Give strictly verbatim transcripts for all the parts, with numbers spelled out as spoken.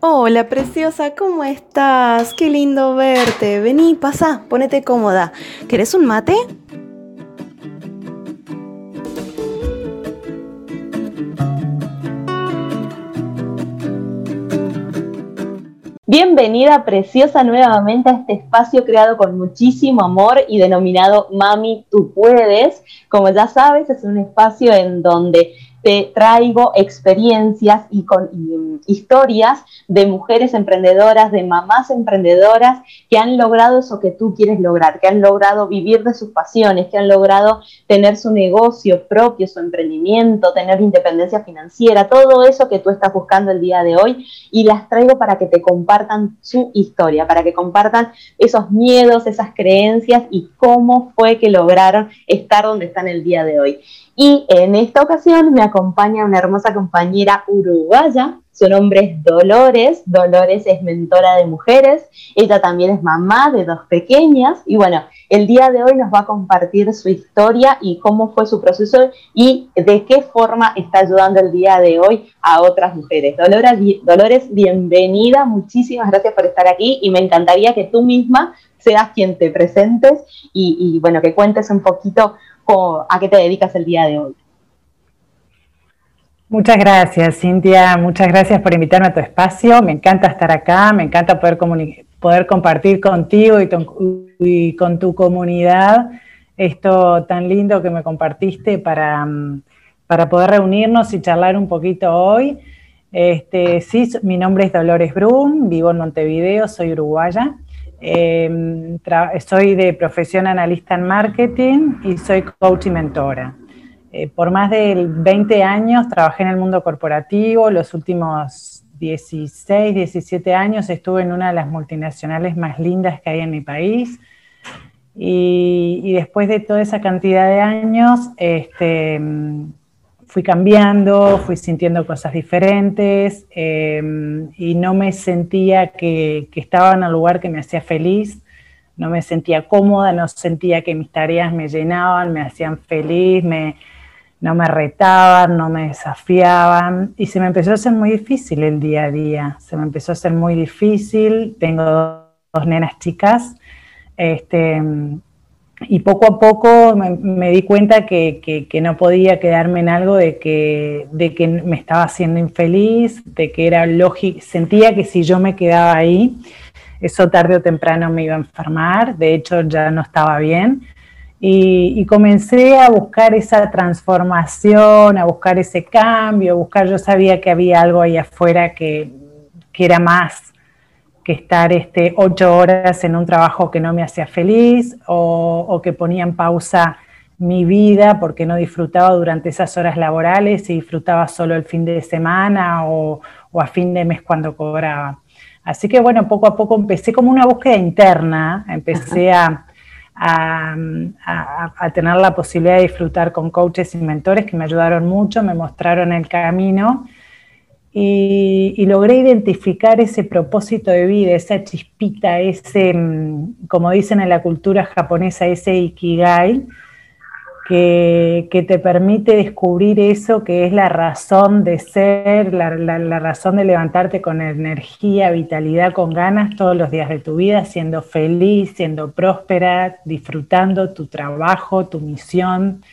Hola, preciosa, ¿cómo estás? Qué lindo verte. Vení, pasá, ponete cómoda. ¿Querés un mate? Bienvenida, preciosa, nuevamente a este espacio creado con muchísimo amor y denominado Mami, tú puedes. Como ya sabes, es un espacio en donde te traigo experiencias y, con, y um, historias de mujeres emprendedoras, de mamás emprendedoras que han logrado eso que tú quieres lograr, que han logrado vivir de sus pasiones, que han logrado tener su negocio propio, su emprendimiento, tener independencia financiera, todo eso que tú estás buscando el día de hoy, y las traigo para que te compartan su historia, para que compartan esos miedos, esas creencias y cómo fue que lograron estar donde están el día de hoy. Y en esta ocasión me acompaña una hermosa compañera uruguaya. Su nombre es Dolores. Dolores es mentora de mujeres. Ella también es mamá de dos pequeñas. Y bueno, el día de hoy nos va a compartir su historia y cómo fue su proceso y de qué forma está ayudando el día de hoy a otras mujeres. Dolores, Dolores, bienvenida. Muchísimas gracias por estar aquí y me encantaría que tú misma seas quien te presentes y, y bueno, que cuentes un poquito a qué te dedicas el día de hoy. Muchas gracias, Cintia, muchas gracias por invitarme a tu espacio. Me encanta estar acá, me encanta poder, poder compartir contigo y, tu, y con tu comunidad esto tan lindo que me compartiste para, para poder reunirnos y charlar un poquito hoy. Este, sí, mi nombre es Dolores Brun, vivo en Montevideo, soy uruguaya. Eh, soy de profesión analista en marketing y soy coach y mentora. Eh, por más de veinte años trabajé en el mundo corporativo, los últimos dieciséis, diecisiete años estuve en una de las multinacionales más lindas que hay en mi país y, y después de toda esa cantidad de años este, fui cambiando, fui sintiendo cosas diferentes eh, y no me sentía que, que estaba en un lugar que me hacía feliz, no me sentía cómoda, no sentía que mis tareas me llenaban, me hacían feliz, me, no me retaban, no me desafiaban y se me empezó a hacer muy difícil el día a día, se me empezó a hacer muy difícil, tengo dos, dos nenas chicas, este... Y poco a poco me, me di cuenta que, que, que no podía quedarme en algo de que, de que me estaba haciendo infeliz, de que era lógico, sentía que si yo me quedaba ahí, eso tarde o temprano me iba a enfermar, de hecho ya no estaba bien. Y, y comencé a buscar esa transformación, a buscar ese cambio, a buscar, yo sabía que había algo ahí afuera que, que era más que estar este, ocho horas en un trabajo que no me hacía feliz o, o que ponía en pausa mi vida porque no disfrutaba durante esas horas laborales y disfrutaba solo el fin de semana o, o a fin de mes cuando cobraba. Así que bueno, poco a poco empecé como una búsqueda interna, empecé a, a, a, a tener la posibilidad de disfrutar con coaches y mentores que me ayudaron mucho, me mostraron el camino. Y, y logré identificar ese propósito de vida, esa chispita, ese, como dicen en la cultura japonesa, ese ikigai, que, que te permite descubrir eso que es la razón de ser, la, la, la razón de levantarte con energía, vitalidad, con ganas todos los días de tu vida, siendo feliz, siendo próspera, disfrutando tu trabajo, tu misión.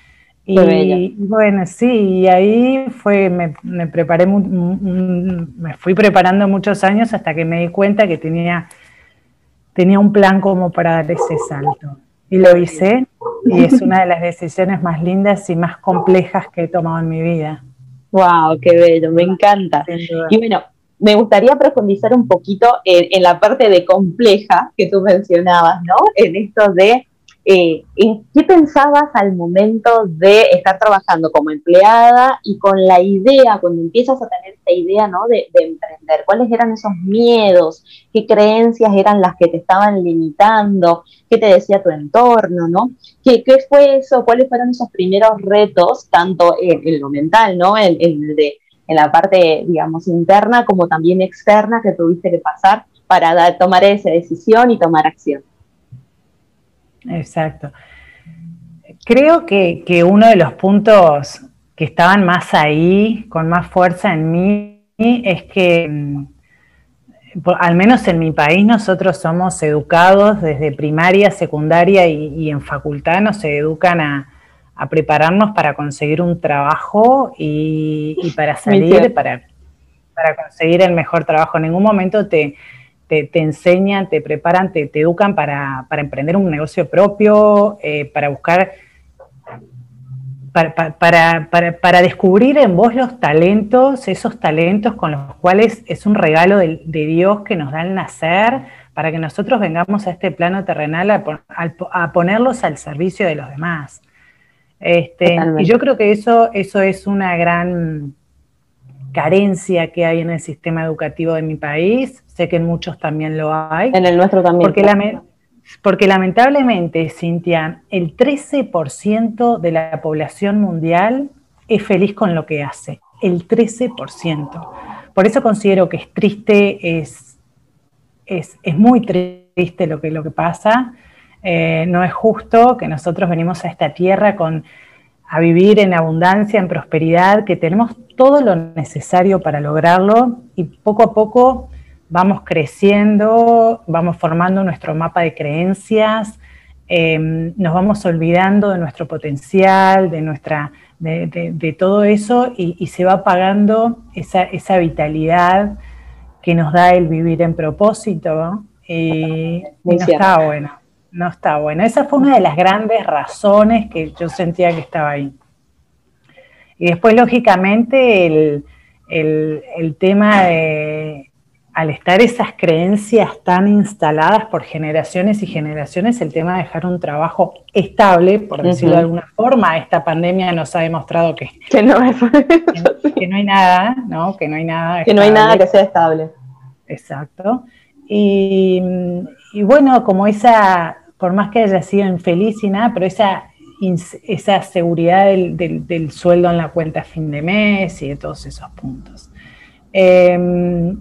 Y bueno, sí, y ahí fue, me, me preparé, me fui preparando muchos años hasta que me di cuenta que tenía, tenía un plan como para dar ese salto. Y lo hice, y es una de las decisiones más lindas y más complejas que he tomado en mi vida. ¡Wow! ¡Qué bello! Me encanta. Y bueno, me gustaría profundizar un poquito en, en la parte de compleja que tú mencionabas, ¿no? En esto de Eh, ¿en qué pensabas al momento de estar trabajando como empleada y con la idea, cuando empiezas a tener esta idea, ¿no? de, de emprender? ¿Cuáles eran esos miedos? ¿Qué creencias eran las que te estaban limitando? ¿Qué te decía tu entorno, no? ¿Qué, qué fue eso? ¿Cuáles fueron esos primeros retos, tanto en, en lo mental, ¿no? En, en, de, en la parte, digamos, interna, como también externa, que tuviste que pasar para dar, tomar esa decisión y tomar acción? Exacto. Creo que, que uno de los puntos que estaban más ahí, con más fuerza en mí, es que por, al menos en mi país, nosotros somos educados desde primaria, secundaria y, y en facultad nos se educan a, a prepararnos para conseguir un trabajo y, y para salir, para, para conseguir el mejor trabajo. En ningún momento te, te, te enseñan, te preparan, te, te educan para, para emprender un negocio propio, eh, para buscar... Para, para, para, para descubrir en vos los talentos, esos talentos con los cuales es un regalo de, de Dios que nos da el nacer, para que nosotros vengamos a este plano terrenal a, a, a ponerlos al servicio de los demás. Este, y yo creo que eso, eso es una gran carencia que hay en el sistema educativo de mi país. Sé que en muchos también lo hay. En el nuestro también. Porque la, Porque lamentablemente, Cintia, el trece por ciento de la población mundial es feliz con lo que hace. El trece por ciento. Por eso considero que es triste, es, es, es muy triste lo que, lo que pasa. Eh, no es justo que nosotros venimos a esta tierra con, a vivir en abundancia, en prosperidad, que tenemos todo lo necesario para lograrlo y poco a poco vamos creciendo, vamos formando nuestro mapa de creencias, eh, nos vamos olvidando de nuestro potencial, de, nuestra, de, de, de todo eso y, y se va apagando esa, esa vitalidad que nos da el vivir en propósito y, y no está bueno, no está bueno. Esa fue una de las grandes razones que yo sentía que estaba ahí. Y después, lógicamente, el, el, el tema de... al estar esas creencias tan instaladas por generaciones y generaciones, el tema de dejar un trabajo estable, por decirlo uh-huh. de alguna forma, esta pandemia nos ha demostrado que, que, no, es... que, que no hay nada, ¿no? Que no hay nada estable. Que no hay nada que sea estable. Exacto. Y, y bueno, como esa, por más que haya sido infeliz y nada, pero esa, esa seguridad del, del, del sueldo en la cuenta a fin de mes y de todos esos puntos. Eh,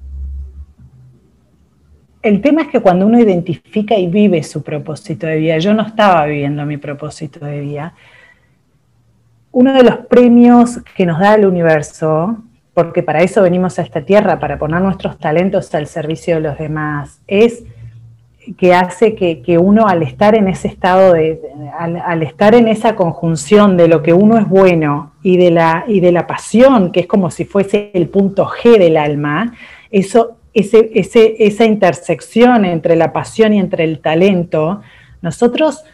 El tema es que cuando uno identifica y vive su propósito de vida, yo no estaba viviendo mi propósito de vida, uno de los premios que nos da el universo, porque para eso venimos a esta tierra, para poner nuestros talentos al servicio de los demás, es que hace que, que uno al estar en ese estado, de, de al, al estar en esa conjunción de lo que uno es bueno y de, la, y de la pasión, que es como si fuese el punto G del alma, eso... Ese, ese, esa intersección entre la pasión y entre el talento, nosotros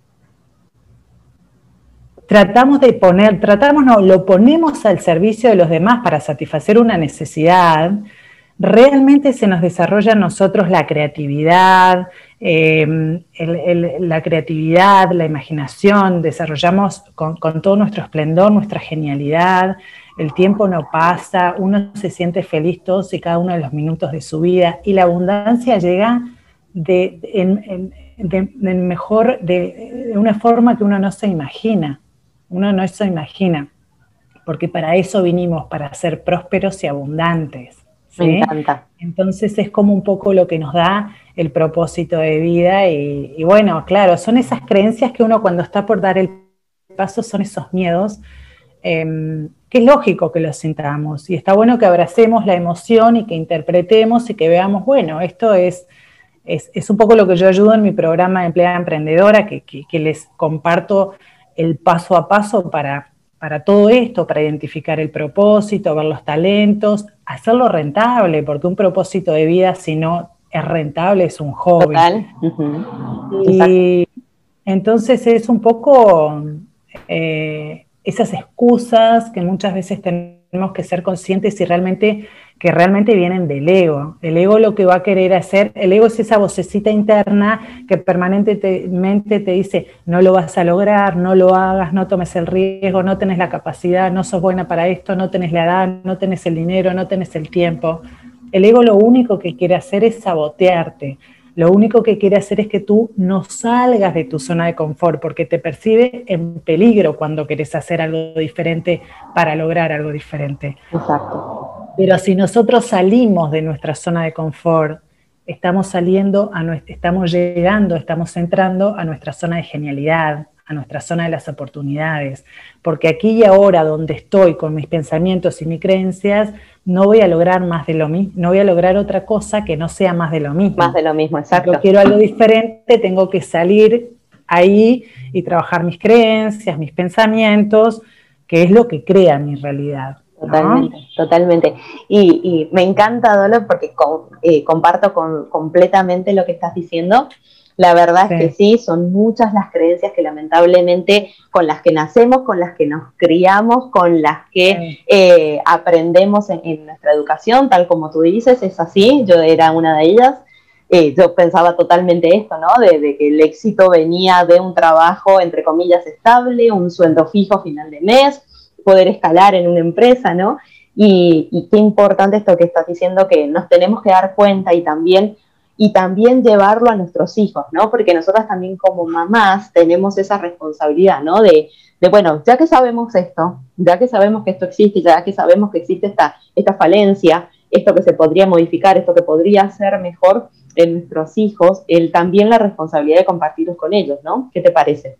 tratamos de poner, tratamos no, lo ponemos al servicio de los demás para satisfacer una necesidad, realmente se nos desarrolla en nosotros la creatividad, eh, el, el, la creatividad, la imaginación, desarrollamos con, con todo nuestro esplendor, nuestra genialidad. El tiempo no pasa, uno se siente feliz todos y cada uno de los minutos de su vida y la abundancia llega de, de, en, de, de mejor, de, de una forma que uno no se imagina, uno no se imagina, porque para eso vinimos, para ser prósperos y abundantes. ¿sí? Me encanta. Entonces es como un poco lo que nos da el propósito de vida y, y bueno, claro, son esas creencias que uno cuando está por dar el paso, son esos miedos, eh, que es lógico que los sintamos y está bueno que abracemos la emoción y que interpretemos y que veamos, bueno, esto es, es, es un poco lo que yo ayudo en mi programa de Empleada Emprendedora, que, que, que les comparto el paso a paso para, para todo esto, para identificar el propósito, ver los talentos, hacerlo rentable, porque un propósito de vida si no es rentable es un hobby. Total. Uh-huh. Y entonces es un poco... Eh, esas excusas que muchas veces tenemos que ser conscientes y realmente que realmente vienen del ego. El ego lo que va a querer hacer, el ego es esa vocecita interna que permanentemente te dice no lo vas a lograr, no lo hagas, no tomes el riesgo, no tenés la capacidad, no sos buena para esto, no tenés la edad, no tenés el dinero, no tenés el tiempo. El ego lo único que quiere hacer es sabotearte. Lo único que quiere hacer es que tú no salgas de tu zona de confort, porque te percibe en peligro cuando querés hacer algo diferente para lograr algo diferente. Exacto. Pero si nosotros salimos de nuestra zona de confort, estamos saliendo, a nuestra, estamos llegando, estamos entrando a nuestra zona de genialidad, a nuestra zona de las oportunidades. Porque aquí y ahora, donde estoy con mis pensamientos y mis creencias, no voy a lograr más de lo mismo, no voy a lograr otra cosa que no sea más de lo mismo. Más de lo mismo, exacto. Si yo quiero algo diferente, tengo que salir ahí y trabajar mis creencias, mis pensamientos, que es lo que crea mi realidad, ¿no? Totalmente, totalmente. Y, y me encanta, Dolo, porque con, eh, comparto con, completamente lo que estás diciendo. La verdad sí. es que sí, son muchas las creencias que lamentablemente con las que nacemos, con las que nos criamos, con las que sí. eh, aprendemos en, en nuestra educación, tal como tú dices, es así, yo era una de ellas. Eh, yo pensaba totalmente esto, ¿no? De, de que el éxito venía de un trabajo, entre comillas, estable, un sueldo fijo a final de mes, poder escalar en una empresa, ¿no? Y, y qué importante esto que estás diciendo, que nos tenemos que dar cuenta y también, y también llevarlo a nuestros hijos, ¿no? Porque nosotras también como mamás tenemos esa responsabilidad, ¿no? De, de bueno, ya que sabemos esto, ya que sabemos que esto existe, ya que sabemos que existe esta, esta falencia, esto que se podría modificar, esto que podría ser mejor en nuestros hijos, el, también la responsabilidad de compartirlos con ellos, ¿no? ¿Qué te parece?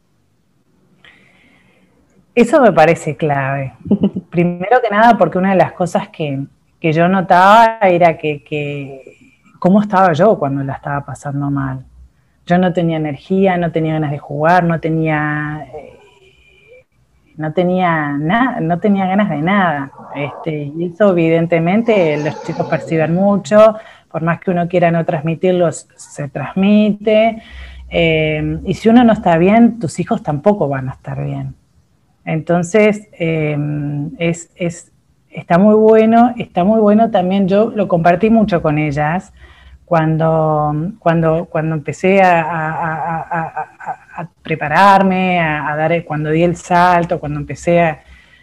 Eso me parece clave. Primero que nada, porque una de las cosas que, que yo notaba era que, que cómo estaba yo cuando la estaba pasando mal. Yo no tenía energía, no tenía ganas de jugar, no tenía, eh, no tenía nada, no tenía ganas de nada. Este, y eso evidentemente los chicos perciben mucho, por más que uno quiera no transmitirlo, se transmite. Eh, y si uno no está bien, tus hijos tampoco van a estar bien. Entonces, eh, es, es, está muy bueno, está muy bueno también, yo lo compartí mucho con ellas, cuando, cuando, cuando empecé a, a, a, a, a prepararme, a, a dar, cuando di el salto, cuando empecé a...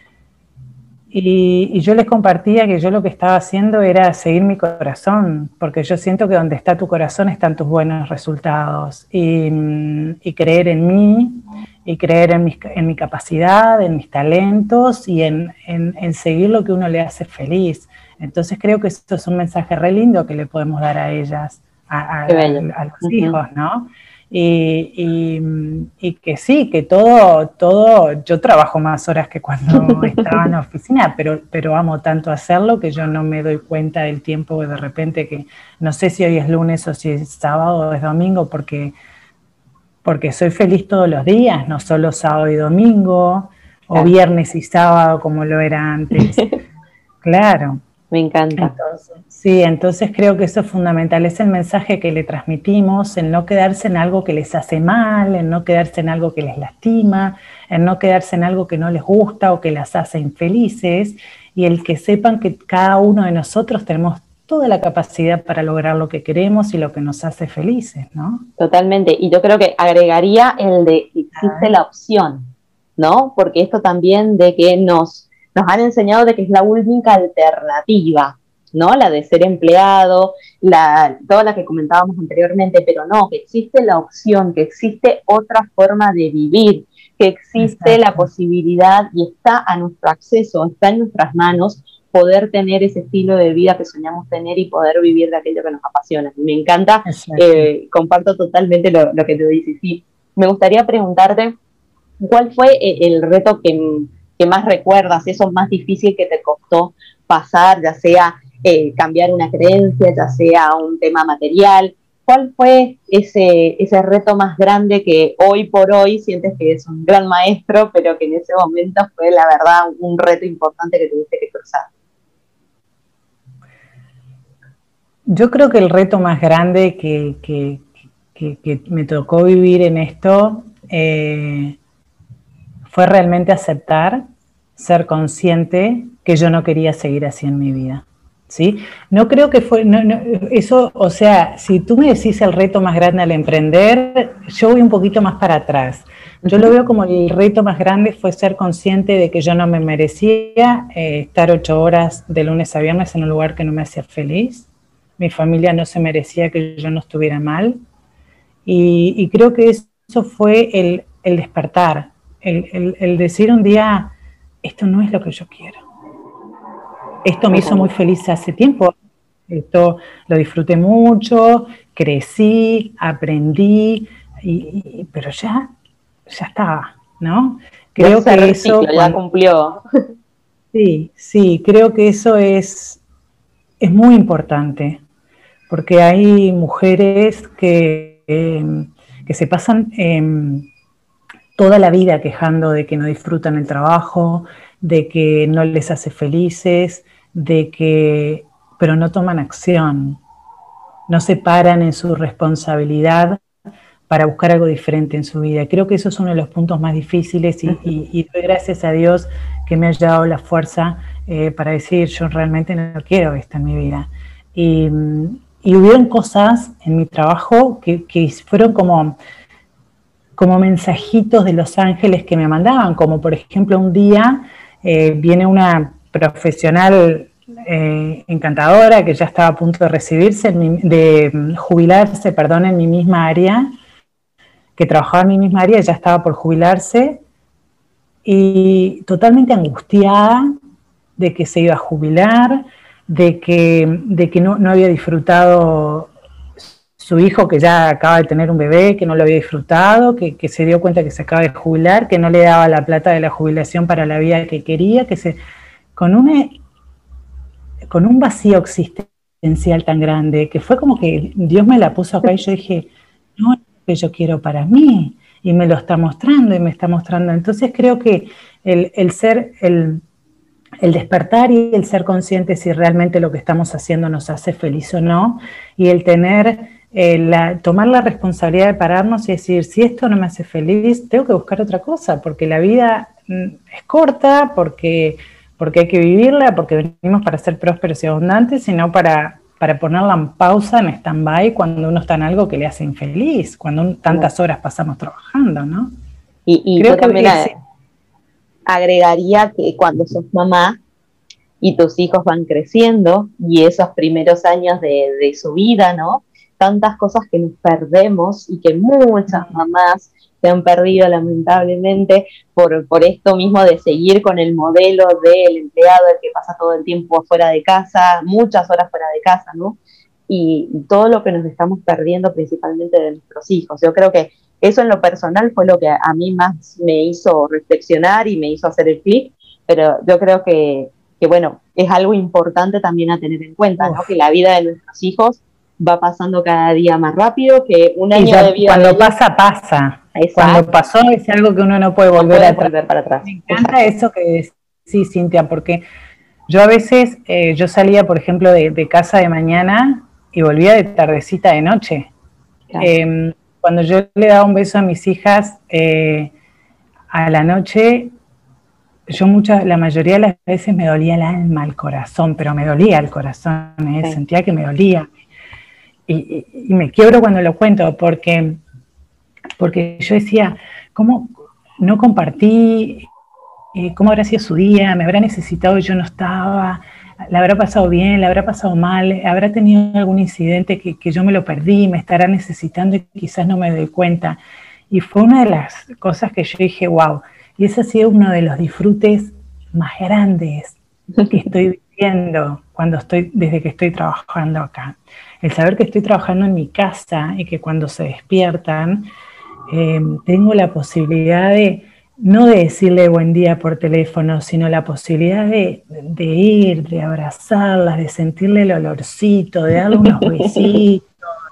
Y, y yo les compartía que yo lo que estaba haciendo era seguir mi corazón, porque yo siento que donde está tu corazón están tus buenos resultados, y, y creer en mí, y creer en, mis, en mi capacidad, en mis talentos, y en, en, en seguir lo que uno le hace feliz. Entonces creo que esto es un mensaje re lindo que le podemos dar a ellas, a, a, a, a los uh-huh. hijos, ¿no? Y, y, y que sí, que todo, todo, yo trabajo más horas que cuando estaba en la oficina, pero, pero amo tanto hacerlo que yo no me doy cuenta del tiempo de repente, que no sé si hoy es lunes o si es sábado o es domingo, porque, porque soy feliz todos los días, no solo sábado y domingo, claro. o viernes y sábado como lo era antes. Claro. Me encanta. Entonces, sí, entonces creo que eso es fundamental, es el mensaje que le transmitimos, en no quedarse en algo que les hace mal, en no quedarse en algo que les lastima, en no quedarse en algo que no les gusta o que las hace infelices, y el que sepan que cada uno de nosotros tenemos toda la capacidad para lograr lo que queremos y lo que nos hace felices, ¿no? Totalmente, y yo creo que agregaría el de que existe ah. la opción, ¿no? Porque esto también de que nos... nos han enseñado de que es la única alternativa, ¿no? La de ser empleado, la, toda la que comentábamos anteriormente, pero no, que existe la opción, que existe otra forma de vivir, que existe Exacto. la posibilidad y está a nuestro acceso, está en nuestras manos poder tener ese estilo de vida que soñamos tener y poder vivir de aquello que nos apasiona. Y me encanta, eh, comparto totalmente lo, lo que te dices. Sí, me gustaría preguntarte, ¿cuál fue el reto que... que más recuerdas, eso más difícil que te costó pasar, ya sea eh, cambiar una creencia, ya sea un tema material? ¿Cuál fue ese, ese reto más grande que hoy por hoy sientes que es un gran maestro, pero que en ese momento fue, la verdad, un reto importante que tuviste que cruzar? Yo creo que el reto más grande que, que, que, que me tocó vivir en esto... Eh, fue realmente aceptar, ser consciente que yo no quería seguir así en mi vida, ¿sí? No creo que fue, no, no, eso, o sea, si tú me decís el reto más grande al emprender, yo voy un poquito más para atrás. Yo lo veo como el reto más grande fue ser consciente de que yo no me merecía eh, estar ocho horas de lunes a viernes en un lugar que no me hacía feliz. Mi familia no se merecía que yo no estuviera mal. Y, y creo que eso fue el, el despertar. El, el, el decir un día, esto no es lo que yo quiero. Esto me hizo muy feliz hace tiempo. Esto lo disfruté mucho, crecí, aprendí, y, y, pero ya, ya estaba, ¿no? Creo ya que eso... Ciclo, ya cumplió. Sí, sí, creo que eso es, es muy importante, porque hay mujeres que, eh, que se pasan eh, toda la vida quejando de que no disfrutan el trabajo, de que no les hace felices, de que, pero no toman acción, no se paran en su responsabilidad para buscar algo diferente en su vida. Creo que eso es uno de los puntos más difíciles y, y, y doy gracias a Dios que me haya dado la fuerza eh, para decir, yo realmente no quiero esto en mi vida. Y, y hubieron cosas en mi trabajo que, que fueron como, como mensajitos de los ángeles que me mandaban, como por ejemplo un día eh, viene una profesional eh, encantadora que ya estaba a punto de recibirse, en mi, de jubilarse, perdón, en mi misma área, que trabajaba en mi misma área, ya estaba por jubilarse, y totalmente angustiada de que se iba a jubilar, de que, de que no, no había disfrutado su hijo, que ya acaba de tener un bebé, que no lo había disfrutado, que, que se dio cuenta que se acaba de jubilar, que no le daba la plata de la jubilación para la vida que quería, que se, con, una, con un vacío existencial tan grande, que fue como que Dios me la puso acá y yo dije, no, que yo quiero para mí, y me lo está mostrando y me está mostrando. Entonces creo que el, el ser, el, el despertar y el ser consciente si realmente lo que estamos haciendo nos hace feliz o no, y el tener, eh, la, tomar la responsabilidad de pararnos y decir, si esto no me hace feliz, tengo que buscar otra cosa, porque la vida mm, es corta, porque, porque hay que vivirla, porque venimos para ser prósperos y abundantes, sino para para ponerla en pausa, en stand-by, cuando uno está en algo que le hace infeliz, cuando un, tantas horas pasamos trabajando, ¿no? Y, y Creo yo también que a, sí. agregaría que cuando sos mamá y tus hijos van creciendo, y esos primeros años de, de su vida, ¿no? Tantas cosas que nos perdemos y que muchas mamás se han perdido lamentablemente por, por esto mismo de seguir con el modelo del empleado, el que pasa todo el tiempo fuera de casa, muchas horas fuera de casa, ¿no? Y, y todo lo que nos estamos perdiendo principalmente de nuestros hijos. Yo creo que eso en lo personal fue lo que a mí más me hizo reflexionar y me hizo hacer el clic, pero yo creo que, que bueno, es algo importante también a tener en cuenta, ¿no? Que la vida de nuestros hijos va pasando cada día más rápido, que un año ya, de vida cuando de ellos, pasa, pasa. exacto, Cuando pasó es algo que uno no puede volver, no a volver para atrás. Me encanta exacto. Eso que decís, Cintia, porque yo a veces, eh, yo salía, por ejemplo, de, de casa de mañana y volvía de tardecita de noche. Claro. Eh, cuando yo le daba un beso a mis hijas eh, a la noche, yo muchas, la mayoría de las veces me dolía el alma, el corazón, pero me dolía el corazón, eh, sí. Sentía que me dolía. Y, y, y me quiebro cuando lo cuento, porque, porque yo decía, ¿cómo no compartí? Eh, ¿Cómo habrá sido su día? ¿Me habrá necesitado y yo no estaba? ¿La habrá pasado bien? ¿La habrá pasado mal? ¿Habrá tenido algún incidente que, que yo me lo perdí? ¿Me estará necesitando y quizás no me doy cuenta? Y fue una de las cosas que yo dije, wow. Y ese ha sido uno de los disfrutes más grandes que estoy viviendo cuando estoy, desde que estoy trabajando acá. El saber que estoy trabajando en mi casa y que cuando se despiertan, eh, tengo la posibilidad de, no de decirle buen día por teléfono, sino la posibilidad de, de ir, de abrazarlas, de sentirle el olorcito, de darle unos besitos,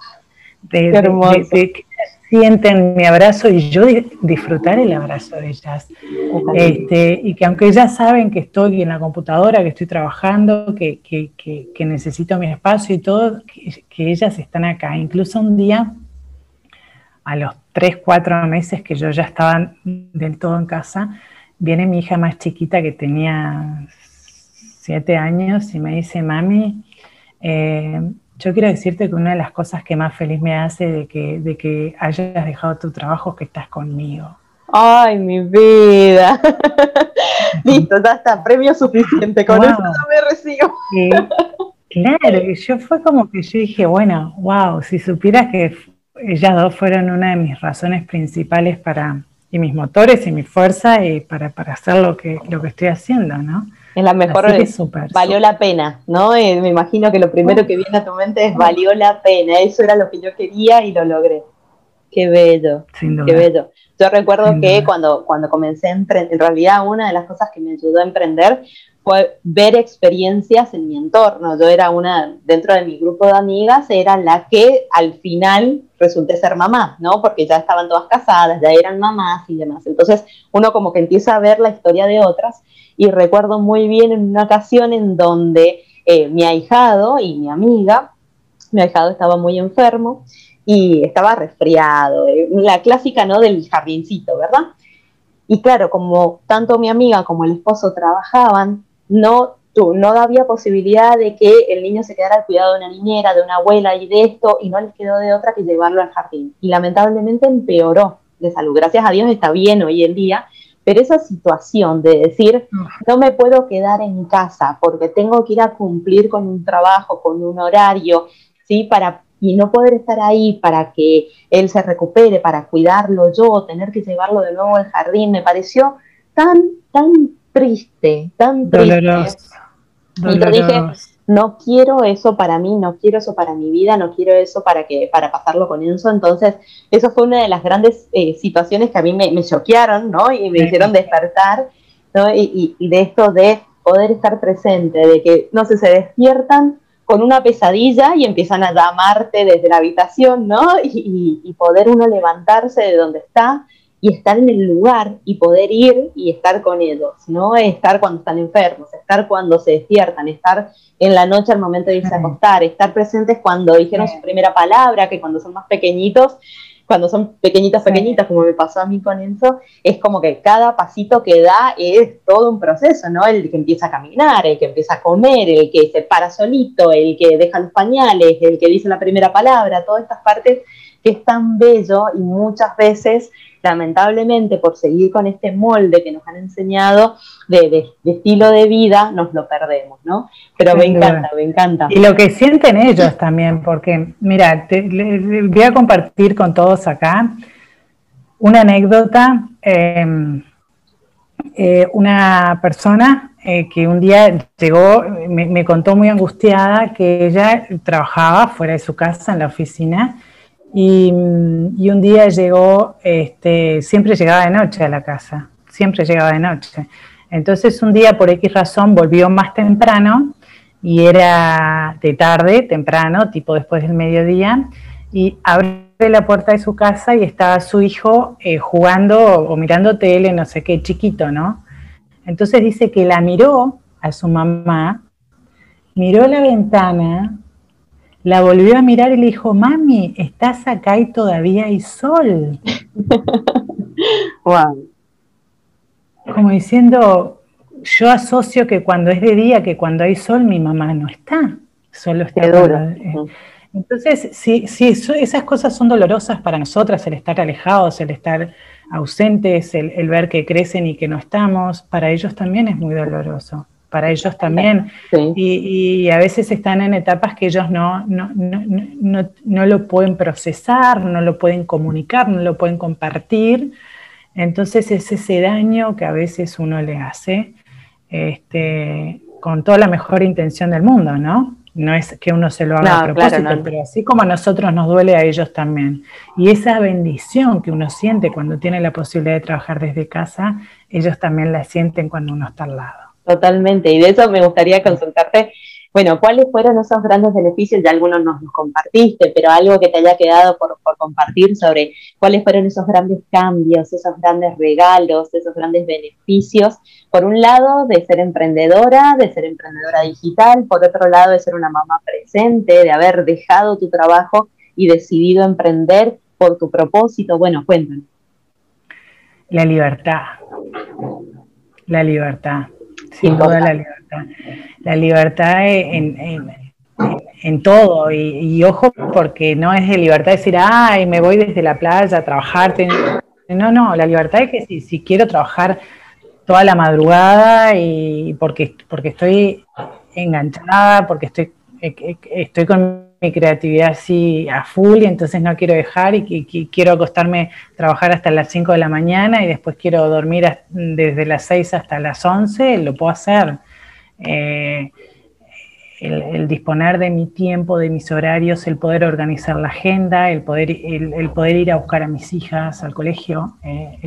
de, de, de, de que sienten mi abrazo y yo disfrutar el abrazo de ellas. Este, y que aunque ellas saben que estoy en la computadora, que estoy trabajando, que, que, que, que necesito mi espacio y todo, que, que ellas están acá. Incluso un día, a los tres, cuatro meses que yo ya estaba del todo en casa, viene mi hija más chiquita que tenía siete años y me dice, mami, eh, yo quiero decirte que una de las cosas que más feliz me hace de que, de que hayas dejado tu trabajo es que estás conmigo. ¡Ay, mi vida! Listo, ya está, premio suficiente, con wow. Eso no me recibo. Sí, claro, y yo fue como que yo dije, bueno, wow, si supieras que ellas dos fueron una de mis razones principales para, y mis motores y mi fuerza y para, para hacer lo que, lo que estoy haciendo, ¿no? Es la mejor, es super, valió super. la pena, ¿no? Eh, me imagino que lo primero que viene a tu mente es valió la pena, eso era lo que yo quería y lo logré. Qué bello, qué bello. Yo recuerdo Sin que cuando, cuando comencé a emprender, en realidad una de las cosas que me ayudó a emprender fue ver experiencias en mi entorno. Yo era una, dentro de mi grupo de amigas, era la que al final resulté ser mamá, ¿no? Porque ya estaban todas casadas, ya eran mamás y demás. Entonces uno como que empieza a ver la historia de otras, y recuerdo muy bien en una ocasión en donde eh, mi ahijado y mi amiga, mi ahijado estaba muy enfermo y estaba resfriado, eh, la clásica, ¿no?, del jardincito, ¿verdad? Y claro, como tanto mi amiga como el esposo trabajaban, no, tú, no había posibilidad de que el niño se quedara al cuidado de una niñera, de una abuela y de esto, y no les quedó de otra que llevarlo al jardín. Y lamentablemente empeoró de salud. Gracias a Dios está bien hoy en día, pero esa situación de decir, no me puedo quedar en casa porque tengo que ir a cumplir con un trabajo, con un horario, ¿sí? Para, y no poder estar ahí para que él se recupere, para cuidarlo yo, tener que llevarlo de nuevo al jardín, me pareció tan, tan triste, tan triste. Doloroso. Y yo dije, no quiero eso para mí, no quiero eso para mi vida, no quiero eso para que para pasarlo con Enzo. Entonces, eso fue una de las grandes eh, situaciones que a mí me, me choquearon, ¿no? Y me hicieron despertar, ¿no? Y, y, y de esto de poder estar presente, de que, no sé, se despiertan con una pesadilla y empiezan a llamarte desde la habitación, ¿no? Y, y, y poder uno levantarse de donde está y estar en el lugar y poder ir y estar con ellos, ¿no? Estar cuando están enfermos, estar cuando se despiertan, estar en la noche al momento de irse a acostar, estar presentes cuando dijeron su primera palabra, que cuando son más pequeñitos, cuando son pequeñitas, pequeñitas, como me pasó a mí con Enzo, es como que cada pasito que da es todo un proceso, ¿no? El que empieza a caminar, el que empieza a comer, el que se para solito, el que deja los pañales, el que dice la primera palabra, todas estas partes que es tan bello y muchas veces, lamentablemente, por seguir con este molde que nos han enseñado de, de, de estilo de vida, nos lo perdemos, ¿no? Pero Sin me duda. encanta, me encanta. Y lo que sienten ellos también, porque, mira, te, le, le voy a compartir con todos acá una anécdota. Eh, eh, una persona eh, que un día llegó, me, me contó muy angustiada que ella trabajaba fuera de su casa, en la oficina, Y, y un día llegó, este, siempre llegaba de noche a la casa, siempre llegaba de noche. Entonces un día por X razón volvió más temprano y era de tarde, temprano, tipo después del mediodía, y abre la puerta de su casa y estaba su hijo eh, jugando o mirando tele, no sé qué, chiquito, ¿no? Entonces dice que la miró a su mamá, miró la ventana, la volvió a mirar y le dijo, mami, estás acá y todavía hay sol. Wow. Como diciendo, yo asocio que cuando es de día, que cuando hay sol, mi mamá no está. Solo está cuando, Entonces, sí, sí, esas cosas son dolorosas para nosotras, el estar alejados, el estar ausentes, el, el ver que crecen y que no estamos, para ellos también es muy doloroso. Para ellos también, sí. y, y a veces están en etapas que ellos no, no, no, no, no lo pueden procesar, no lo pueden comunicar, no lo pueden compartir, entonces es ese daño que a veces uno le hace, este, con toda la mejor intención del mundo, ¿no? No es que uno se lo haga no, a propósito, claro, no. Pero así como a nosotros nos duele, a ellos también. Y esa bendición que uno siente cuando tiene la posibilidad de trabajar desde casa, ellos también la sienten cuando uno está al lado. Totalmente, y de eso me gustaría consultarte, bueno, ¿cuáles fueron esos grandes beneficios? Ya algunos nos los compartiste, pero algo que te haya quedado por, por compartir sobre cuáles fueron esos grandes cambios, esos grandes regalos, esos grandes beneficios, por un lado de ser emprendedora, de ser emprendedora digital, por otro lado de ser una mamá presente, de haber dejado tu trabajo y decidido emprender por tu propósito. Bueno, cuéntanos. La libertad, la libertad. Sin duda la libertad. La libertad en, en, en, en todo. Y, y ojo, porque no es de libertad decir, ay, me voy desde la playa a trabajar. No, no, la libertad es que si, si quiero trabajar toda la madrugada y porque, porque estoy enganchada, porque estoy, estoy con mi creatividad así a full y entonces no quiero dejar y, y, y quiero acostarme, trabajar hasta las cinco de la mañana y después quiero dormir hasta, desde las seis hasta las once, lo puedo hacer. Eh, el, el disponer de mi tiempo, de mis horarios, el poder organizar la agenda, el poder, el, el poder ir a buscar a mis hijas al colegio, eh, el,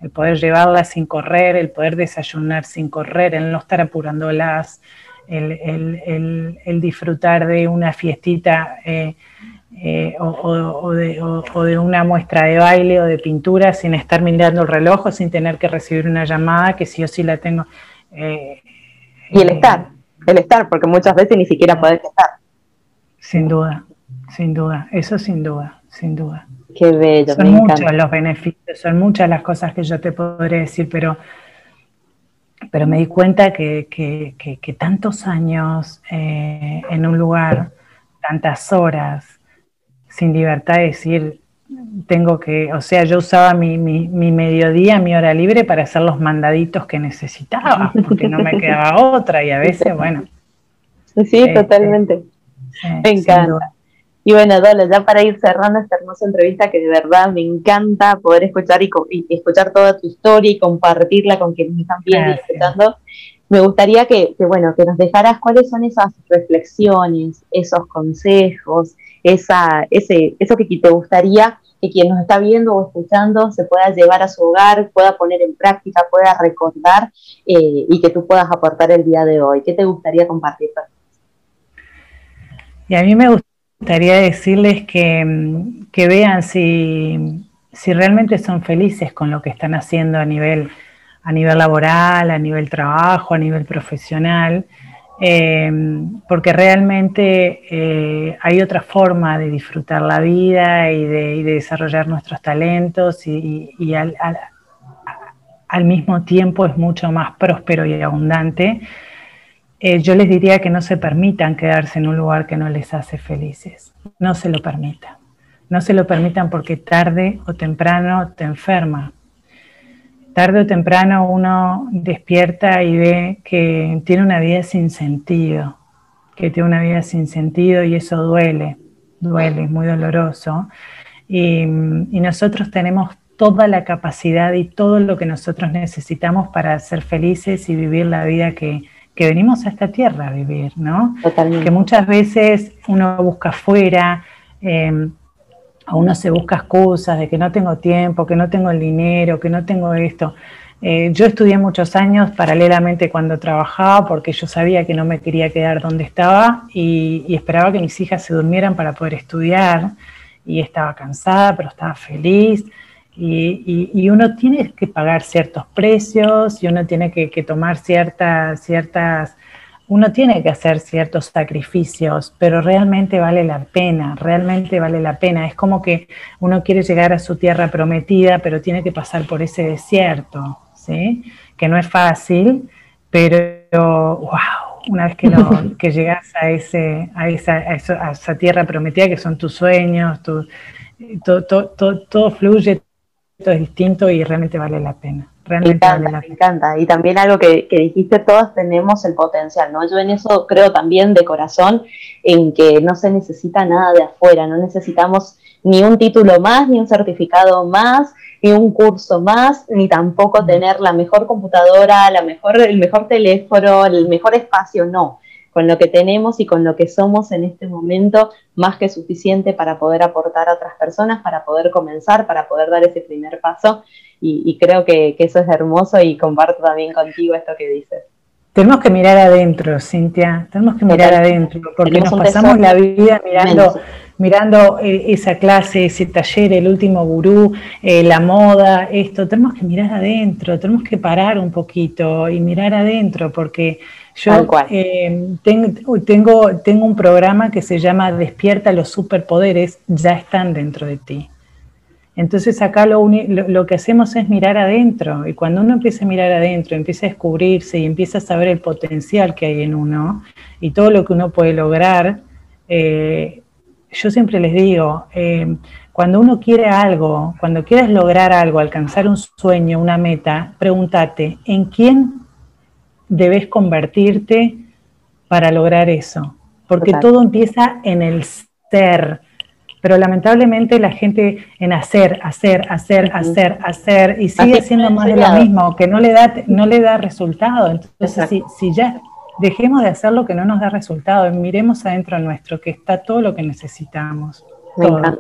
el poder llevarlas sin correr, el poder desayunar sin correr, el no estar apurándolas, el, el, el, el disfrutar de una fiestita eh, eh, o, o, o, de, o, o de una muestra de baile o de pintura sin estar mirando el reloj o sin tener que recibir una llamada que sí o sí la tengo. Eh, y el eh, estar, el estar, porque muchas veces ni siquiera podés estar. Sin duda, sin duda, eso sin duda, sin duda. Qué bello, son me muchos encanta. los beneficios, son muchas las cosas que yo te podré decir, pero, pero me di cuenta que, que, que, que tantos años eh, en un lugar, tantas horas, sin libertad de decir, tengo que, o sea, yo usaba mi, mi, mi mediodía, mi hora libre para hacer los mandaditos que necesitaba, porque no me quedaba otra, y a veces, bueno. Sí, este, totalmente. Sí, Me encanta. Y bueno, Dolo, ya para ir cerrando esta hermosa entrevista, que de verdad me encanta poder escuchar y, y escuchar toda tu historia y compartirla con quienes me están viendo y escuchando, me gustaría que, que, bueno, que nos dejaras cuáles son esas reflexiones, esos consejos, esa, ese, eso que te gustaría que quien nos está viendo o escuchando se pueda llevar a su hogar, pueda poner en práctica, pueda recordar eh, y que tú puedas aportar el día de hoy. ¿Qué te gustaría compartir? Y a mí me gustaría decirles que, que vean si, si realmente son felices con lo que están haciendo a nivel, a nivel laboral, a nivel trabajo, a nivel profesional, eh, porque realmente eh, hay otra forma de disfrutar la vida y de, y de desarrollar nuestros talentos y, y, y al, al, al mismo tiempo es mucho más próspero y abundante. Eh, yo les diría que no se permitan quedarse en un lugar que no les hace felices. No se lo permitan. No se lo permitan porque tarde o temprano te enferma. Tarde o temprano uno despierta y ve que tiene una vida sin sentido, que tiene una vida sin sentido y eso duele, duele, es muy doloroso. Y, y nosotros tenemos toda la capacidad y todo lo que nosotros necesitamos para ser felices y vivir la vida que que venimos a esta tierra a vivir, ¿no? Totalmente. Que muchas veces uno busca afuera, eh, uno se busca excusas de que no tengo tiempo, que no tengo el dinero, que no tengo esto. Eh, yo estudié muchos años paralelamente cuando trabajaba porque yo sabía que no me quería quedar donde estaba y, y esperaba que mis hijas se durmieran para poder estudiar y estaba cansada, pero estaba feliz. Y, y, y uno tiene que pagar ciertos precios y uno tiene que, que tomar ciertas, ciertas, uno tiene que hacer ciertos sacrificios, pero realmente vale la pena, realmente vale la pena. Es como que uno quiere llegar a su tierra prometida, pero tiene que pasar por ese desierto, ¿sí? Que no es fácil, pero wow, una vez que, lo, que llegas a, ese, a, esa, a, eso, a esa tierra prometida que son tus sueños, tu, todo, todo, todo, todo fluye, todo es distinto y realmente vale la pena. Realmente Me encanta, vale la me pena. encanta. Y también algo que, que dijiste, todos tenemos el potencial, ¿no? Yo en eso creo también de corazón, en que no se necesita nada de afuera, no necesitamos ni un título más, ni un certificado más, ni un curso más, ni tampoco tener la mejor computadora, la mejor, el mejor teléfono, el mejor espacio, no. Con lo que tenemos y con lo que somos en este momento, más que suficiente para poder aportar a otras personas, para poder comenzar, para poder dar ese primer paso. Y, y creo que, que eso es hermoso y comparto también contigo esto que dices. Tenemos que mirar adentro, Cintia, tenemos que mirar Total. adentro, porque tenemos nos pasamos la vida mirando, mirando eh, esa clase, ese taller, el último gurú, eh, la moda, esto, tenemos que mirar adentro, tenemos que parar un poquito y mirar adentro, porque yo eh, tengo, tengo, tengo un programa que se llama Despierta los superpoderes, ya están dentro de ti. Entonces acá lo, lo, lo que hacemos es mirar adentro, y cuando uno empieza a mirar adentro, empieza a descubrirse y empieza a saber el potencial que hay en uno y todo lo que uno puede lograr, eh, yo siempre les digo, eh, cuando uno quiere algo, cuando quieres lograr algo, alcanzar un sueño, una meta, pregúntate, ¿en quién debes convertirte para lograr eso? Porque Total. todo empieza en el ser. Pero lamentablemente la gente en hacer, hacer, hacer, uh-huh. hacer, hacer, y sigue Así haciendo más de lo mismo, que no le da, no le da resultado. Entonces, si, si ya dejemos de hacer lo que no nos da resultado, miremos adentro nuestro, que está todo lo que necesitamos. Me todo. encanta.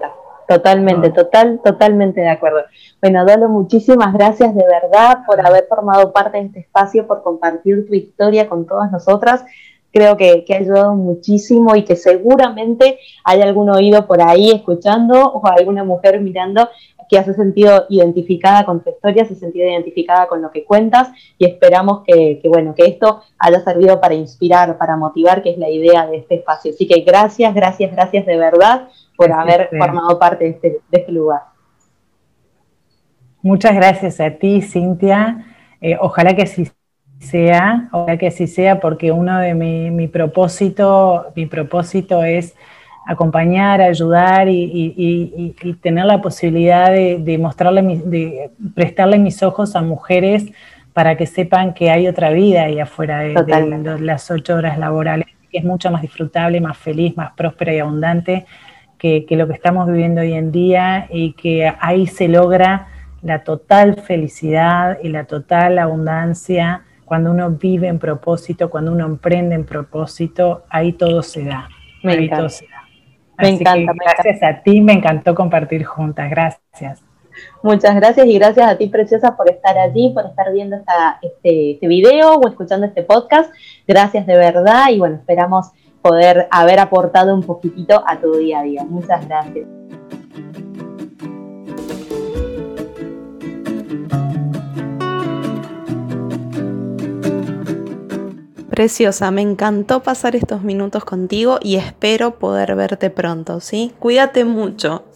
Totalmente, No. total, totalmente de acuerdo. Bueno, Dolo, muchísimas gracias de verdad por haber formado parte de este espacio, por compartir tu historia con todas nosotras. Creo que, que ha ayudado muchísimo y que seguramente hay algún oído por ahí escuchando o alguna mujer mirando que se ha sentido identificada con tu historia, se ha sentido identificada con lo que cuentas y esperamos que, que, bueno, que esto haya servido para inspirar, para motivar, que es la idea de este espacio. Así que gracias, gracias, gracias de verdad por haber Este, formado parte de este, de este lugar. Muchas gracias a ti, Cintia. Eh, ojalá que así sea, ojalá que así sea, porque uno de mi, mi propósito, mi propósito es acompañar, ayudar y, y, y, y tener la posibilidad de, de mostrarle, de prestarle mis ojos a mujeres para que sepan que hay otra vida ahí afuera de, de las ocho horas laborales, que es mucho más disfrutable, más feliz, más próspera y abundante que, que lo que estamos viviendo hoy en día, y que ahí se logra la total felicidad y la total abundancia cuando uno vive en propósito, cuando uno emprende en propósito. Ahí todo se da. Me ahí encanta. todo se da. Me Así encanta, que me gracias encanta. a ti, me encantó compartir juntas. Gracias. Muchas gracias, y gracias a ti, Preciosa, por estar allí, por estar viendo esta, este, este video o escuchando este podcast. Gracias de verdad, y bueno, esperamos poder haber aportado un poquitito a tu día a día. Muchas gracias. Preciosa, me encantó pasar estos minutos contigo y espero poder verte pronto, ¿sí? Cuídate mucho.